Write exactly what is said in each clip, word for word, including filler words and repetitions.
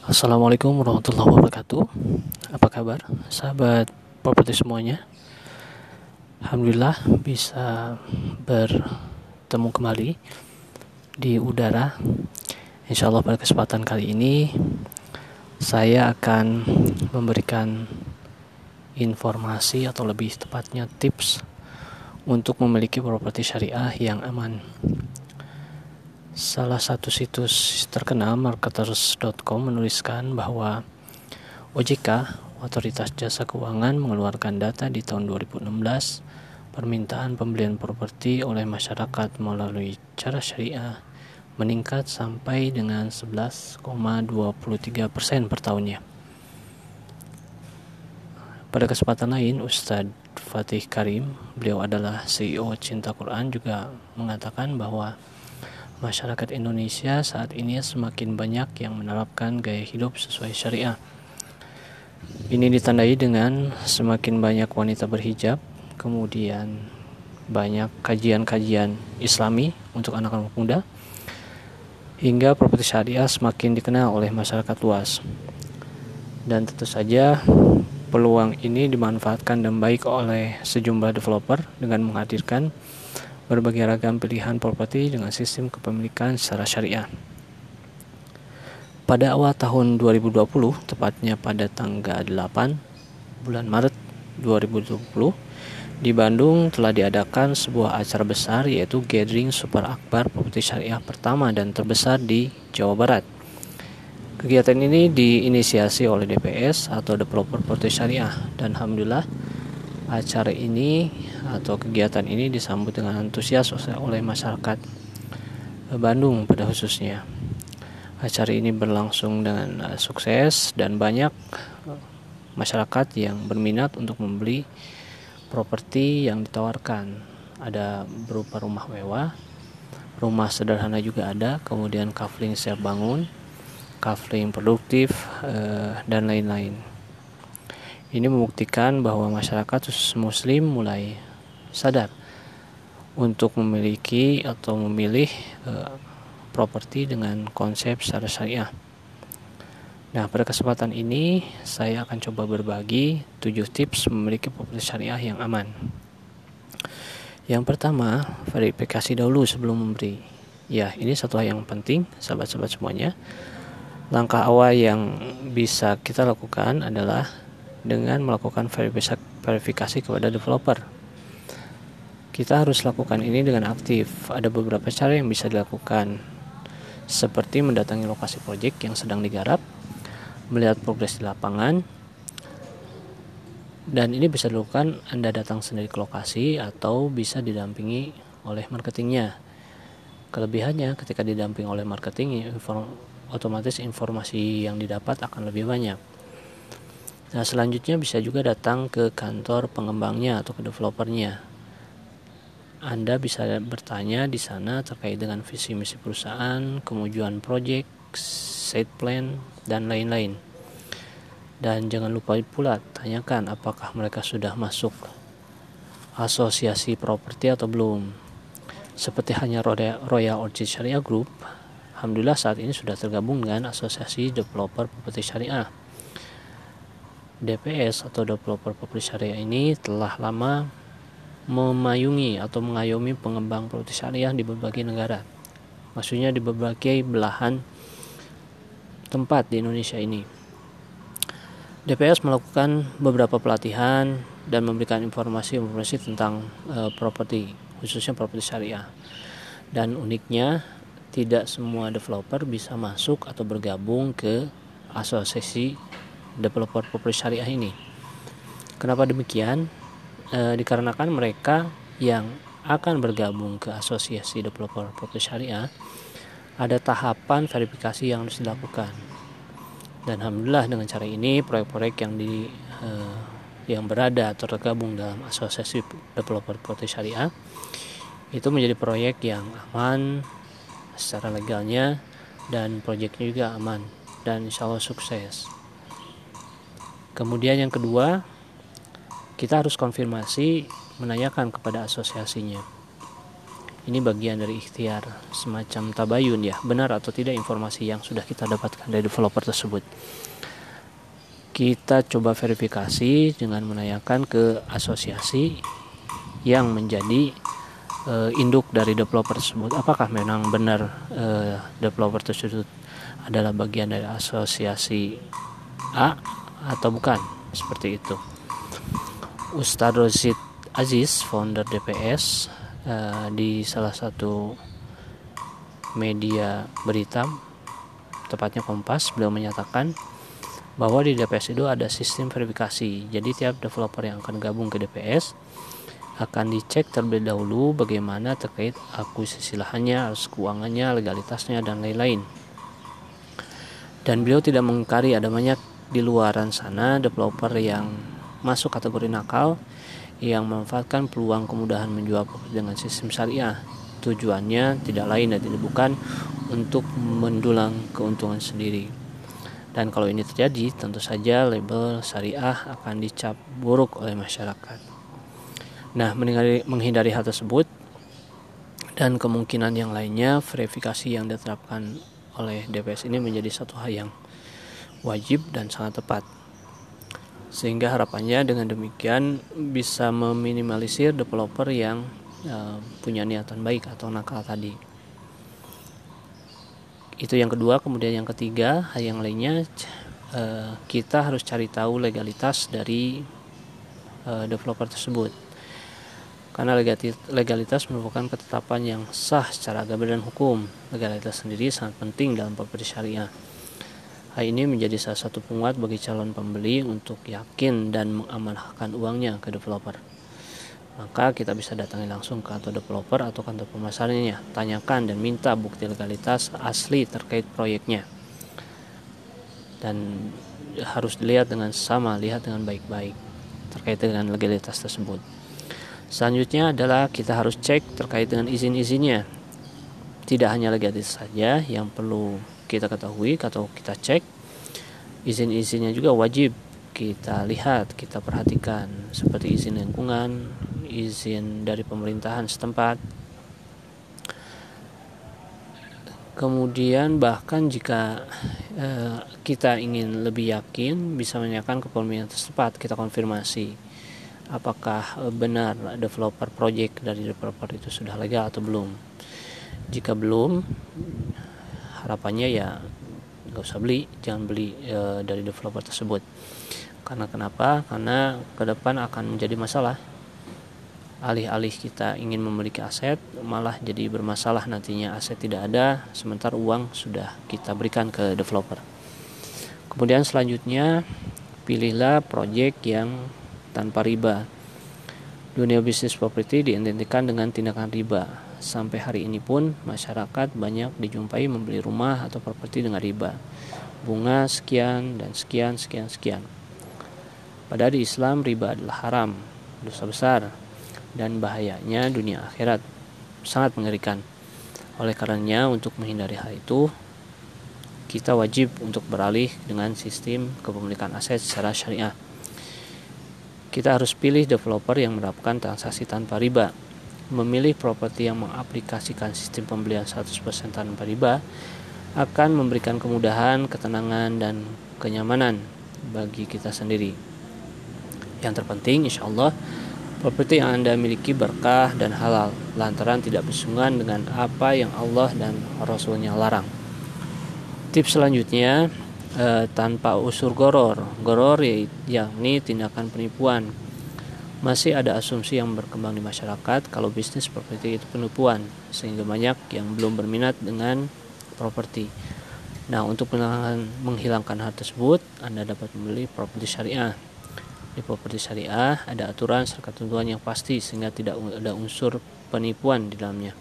Assalamualaikum warahmatullahi wabarakatuh. Apa kabar sahabat properti semuanya? Alhamdulillah bisa bertemu kembali di udara. Insya Allah pada kesempatan kali ini saya akan memberikan informasi atau lebih tepatnya tips untuk memiliki properti syariah yang aman. Salah satu situs terkenal marketers dot com menuliskan bahwa O J K, Otoritas Jasa Keuangan, mengeluarkan data di tahun dua ribu enam belas permintaan pembelian properti oleh masyarakat melalui cara syariah meningkat sampai dengan sebelas koma dua tiga persen per tahunnya. Pada kesempatan lain, Ustadz Fatih Karim, beliau adalah C E O Cinta Quran, juga mengatakan bahwa masyarakat Indonesia saat ini semakin banyak yang menerapkan gaya hidup sesuai syariah. Ini ditandai dengan semakin banyak wanita berhijab, kemudian banyak kajian-kajian Islami untuk anak-anak muda, hingga properti syariah semakin dikenal oleh masyarakat luas. Dan tentu saja peluang ini dimanfaatkan dan baik oleh sejumlah developer dengan menghadirkan berbagai ragam pilihan properti dengan sistem kepemilikan secara syariah. Pada awal tahun dua ribu dua puluh, tepatnya pada tanggal delapan bulan Maret dua ribu dua puluh, di Bandung telah diadakan sebuah acara besar, yaitu Gathering Super Akbar Properti Syariah pertama dan terbesar di Jawa Barat. Kegiatan ini diinisiasi oleh D P S atau Developer Properti Syariah, dan alhamdulillah acara ini atau kegiatan ini disambut dengan antusias oleh masyarakat Bandung pada khususnya. Acara ini berlangsung dengan uh, sukses dan banyak uh, masyarakat yang berminat untuk membeli properti yang ditawarkan. Ada berupa rumah mewah, rumah sederhana juga ada, kemudian kafling siap bangun, kafling produktif, uh, dan lain-lain. Ini membuktikan bahwa masyarakat khusus muslim mulai sadar untuk memiliki atau memilih e, properti dengan konsep secara syariah. Nah, pada kesempatan ini saya akan coba berbagi tujuh tips memiliki properti syariah yang aman. Yang pertama, verifikasi dahulu sebelum memberi. Ya, ini satu hal yang penting, sahabat-sahabat semuanya. Langkah awal yang bisa kita lakukan adalah dengan melakukan verifikasi kepada developer. Kita harus lakukan ini dengan aktif. Ada beberapa cara yang bisa dilakukan, seperti mendatangi lokasi proyek yang sedang digarap, melihat progres di lapangan, dan ini bisa dilakukan Anda datang sendiri ke lokasi atau bisa didampingi oleh marketingnya. Kelebihannya, ketika didampingi oleh marketing, inform, otomatis informasi yang didapat akan lebih banyak. Nah, selanjutnya bisa juga datang ke kantor pengembangnya atau ke developernya. Anda bisa bertanya di sana terkait dengan visi misi perusahaan, kemajuan proyek, site plan, dan lain-lain. Dan jangan lupa pula tanyakan apakah mereka sudah masuk asosiasi properti atau belum. Seperti hanya Royal Orchid Syariah Group, alhamdulillah saat ini sudah tergabung dengan Asosiasi Developer Properti Syariah. D P S atau Developer Properti Syariah ini telah lama memayungi atau mengayomi pengembang properti syariah di berbagai negara. Maksudnya di berbagai belahan tempat di Indonesia ini. D P S melakukan beberapa pelatihan dan memberikan informasi-informasi tentang e, properti, khususnya properti syariah. Dan uniknya, tidak semua developer bisa masuk atau bergabung ke asosiasi developer properti syariah ini. Kenapa demikian? E, dikarenakan mereka yang akan bergabung ke asosiasi developer properti syariah, ada tahapan verifikasi yang harus dilakukan. Dan alhamdulillah dengan cara ini proyek-proyek yang di e, yang berada atau tergabung dalam asosiasi developer properti syariah itu menjadi proyek yang aman secara legalnya, dan proyeknya juga aman dan insya Allah sukses. Kemudian yang kedua, kita harus konfirmasi, menanyakan kepada asosiasinya. Ini bagian dari ikhtiar, semacam tabayun ya, benar atau tidak informasi yang sudah kita dapatkan dari developer tersebut. Kita coba verifikasi dengan menanyakan ke asosiasi yang menjadi e, induk dari developer tersebut, apakah memang benar e, developer tersebut adalah bagian dari asosiasi A atau bukan, seperti itu. Ustadz Rosid Aziz, founder D P S, e, di salah satu media berita, tepatnya Kompas, beliau menyatakan bahwa di D P S itu ada sistem verifikasi. Jadi tiap developer yang akan gabung ke D P S akan dicek terlebih dahulu bagaimana terkait akuisisi lahannya, arus keuangannya, legalitasnya, dan lain-lain. Dan beliau tidak mengingkari ada banyak di luaran sana developer yang masuk kategori nakal yang memanfaatkan peluang kemudahan menjual properti dengan sistem syariah. Tujuannya tidak lain dan tidak bukan untuk mendulang keuntungan sendiri. Dan kalau ini terjadi, tentu saja label syariah akan dicap buruk oleh masyarakat. Nah, menghindari, menghindari hal tersebut dan kemungkinan yang lainnya, verifikasi yang diterapkan oleh D P S ini menjadi satu hal yang wajib dan sangat tepat. Sehingga harapannya dengan demikian bisa meminimalisir developer yang uh, punya niatan baik atau nakal tadi. Itu yang kedua. Kemudian yang ketiga, hal yang lainnya, uh, kita harus cari tahu legalitas dari uh, developer tersebut. Karena legalitas merupakan ketetapan yang sah secara agama dan hukum. Legalitas sendiri sangat penting dalam properti syariah. Hal ini menjadi salah satu penguat bagi calon pembeli untuk yakin dan mengamanahkan uangnya ke developer. Maka kita bisa datangi langsung ke kantor developer atau kantor pemasarannya, tanyakan dan minta bukti legalitas asli terkait proyeknya. Dan harus dilihat dengan sama, lihat dengan baik-baik terkait dengan legalitas tersebut. Selanjutnya adalah kita harus cek terkait dengan izin-izinnya. Tidak hanya legalitas saja yang perlu kita ketahui atau kita cek, izin-izinnya juga wajib kita lihat, kita perhatikan, seperti izin lingkungan, izin dari pemerintahan setempat. Kemudian bahkan jika eh, kita ingin lebih yakin, bisa menanyakan ke pemerintahan setempat, kita konfirmasi apakah benar developer project dari developer itu sudah legal atau belum. Jika belum, harapannya ya nggak usah beli, jangan beli e, dari developer tersebut. Karena kenapa? Karena ke depan akan menjadi masalah. Alih-alih kita ingin memiliki aset, malah jadi bermasalah nantinya. Aset tidak ada, sementara uang sudah kita berikan ke developer. Kemudian selanjutnya, pilihlah proyek yang tanpa riba. Dunia bisnis properti diidentikan dengan tindakan riba. Sampai hari ini pun masyarakat banyak dijumpai membeli rumah atau properti dengan riba. Bunga sekian dan sekian, sekian, sekian. Padahal di Islam riba adalah haram, dosa besar, dan bahayanya dunia akhirat sangat mengerikan. Oleh karenanya untuk menghindari hal itu, kita wajib untuk beralih dengan sistem kepemilikan aset secara syariah. Kita harus pilih developer yang menerapkan transaksi tanpa riba. Memilih properti yang mengaplikasikan sistem pembelian seratus persen tanpa riba akan memberikan kemudahan, ketenangan, dan kenyamanan bagi kita sendiri. Yang terpenting, insya Allah, properti yang Anda miliki berkah dan halal, lantaran tidak bersinggungan dengan apa yang Allah dan Rasulnya larang. Tips selanjutnya, eh, tanpa unsur goror. Goror yakni tindakan penipuan. Masih ada asumsi yang berkembang di masyarakat kalau bisnis properti itu penipuan, sehingga banyak yang belum berminat dengan properti. Nah, untuk menghilangkan hal tersebut, Anda dapat membeli properti syariah. Di properti syariah ada aturan serta ketentuan yang pasti sehingga tidak ada unsur penipuan di dalamnya.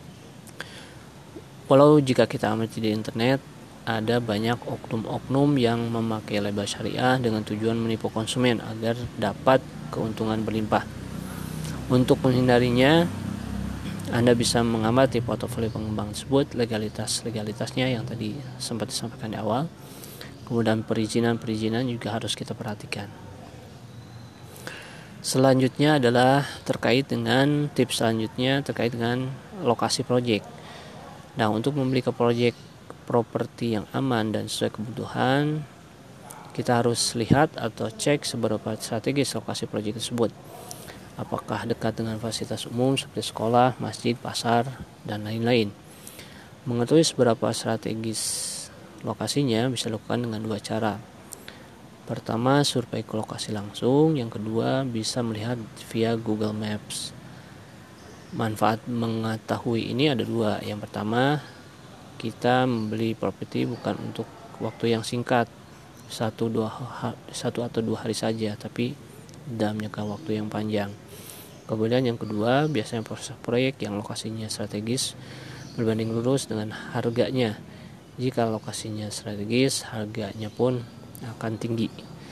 Walau jika kita amati di internet, ada banyak oknum-oknum yang memakai label syariah dengan tujuan menipu konsumen agar dapat keuntungan berlimpah. Untuk menghindarinya, Anda bisa mengamati portofolio pengembang tersebut, legalitas-legalitasnya yang tadi sempat disampaikan di awal. Kemudian perizinan-perizinan juga harus kita perhatikan. Selanjutnya adalah terkait dengan tips selanjutnya terkait dengan lokasi proyek. Nah, untuk membeli ke proyek properti yang aman dan sesuai kebutuhan, kita harus lihat atau cek seberapa strategis lokasi proyek tersebut. Apakah dekat dengan fasilitas umum seperti sekolah, masjid, pasar, dan lain-lain. Mengetahui seberapa strategis lokasinya bisa dilakukan dengan dua cara. Pertama, survei ke lokasi langsung. Yang kedua, bisa melihat via Google Maps. Manfaat mengetahui ini ada dua. Yang pertama, kita membeli properti bukan untuk waktu yang singkat, satu dua satu atau dua hari saja, tapi dalam jangka waktu yang panjang. Kemudian yang kedua, biasanya proses proyek yang lokasinya strategis berbanding lurus dengan harganya. Jika lokasinya strategis, harganya pun akan tinggi.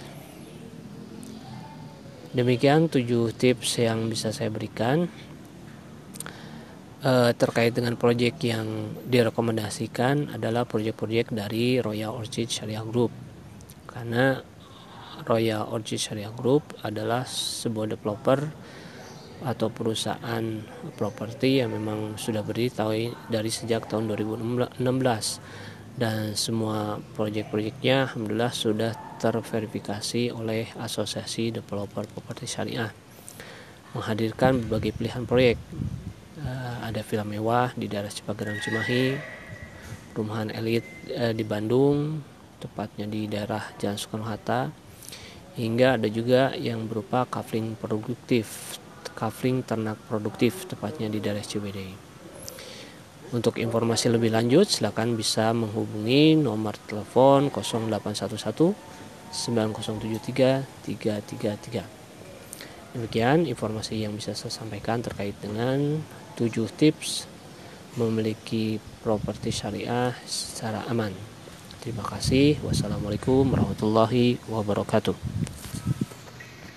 Demikian tujuh tips yang bisa saya berikan e, terkait dengan proyek yang direkomendasikan adalah proyek-proyek dari Royal Orchid Syariah Group. Karena Royal Orchid Syariah Group adalah sebuah developer atau perusahaan properti yang memang sudah berdiri dari sejak tahun dua ribu enam belas, dan semua proyek-proyeknya alhamdulillah sudah terverifikasi oleh Asosiasi Developer Properti Syariah, menghadirkan berbagai pilihan proyek. Ada villa mewah di daerah Cipageran Cimahi, perumahan elit di Bandung, tepatnya di daerah Jalan Soekarno-Hatta, hingga ada juga yang berupa kafling produktif kafling ternak produktif, tepatnya di daerah Ciwidey. Untuk informasi lebih lanjut, silakan bisa menghubungi nomor telepon nol delapan satu satu sembilan nol tujuh tiga tiga tiga tiga. Demikian informasi yang bisa saya sampaikan terkait dengan tujuh tips memiliki properti syariah secara aman. Terima kasih. Wassalamualaikum warahmatullahi wabarakatuh.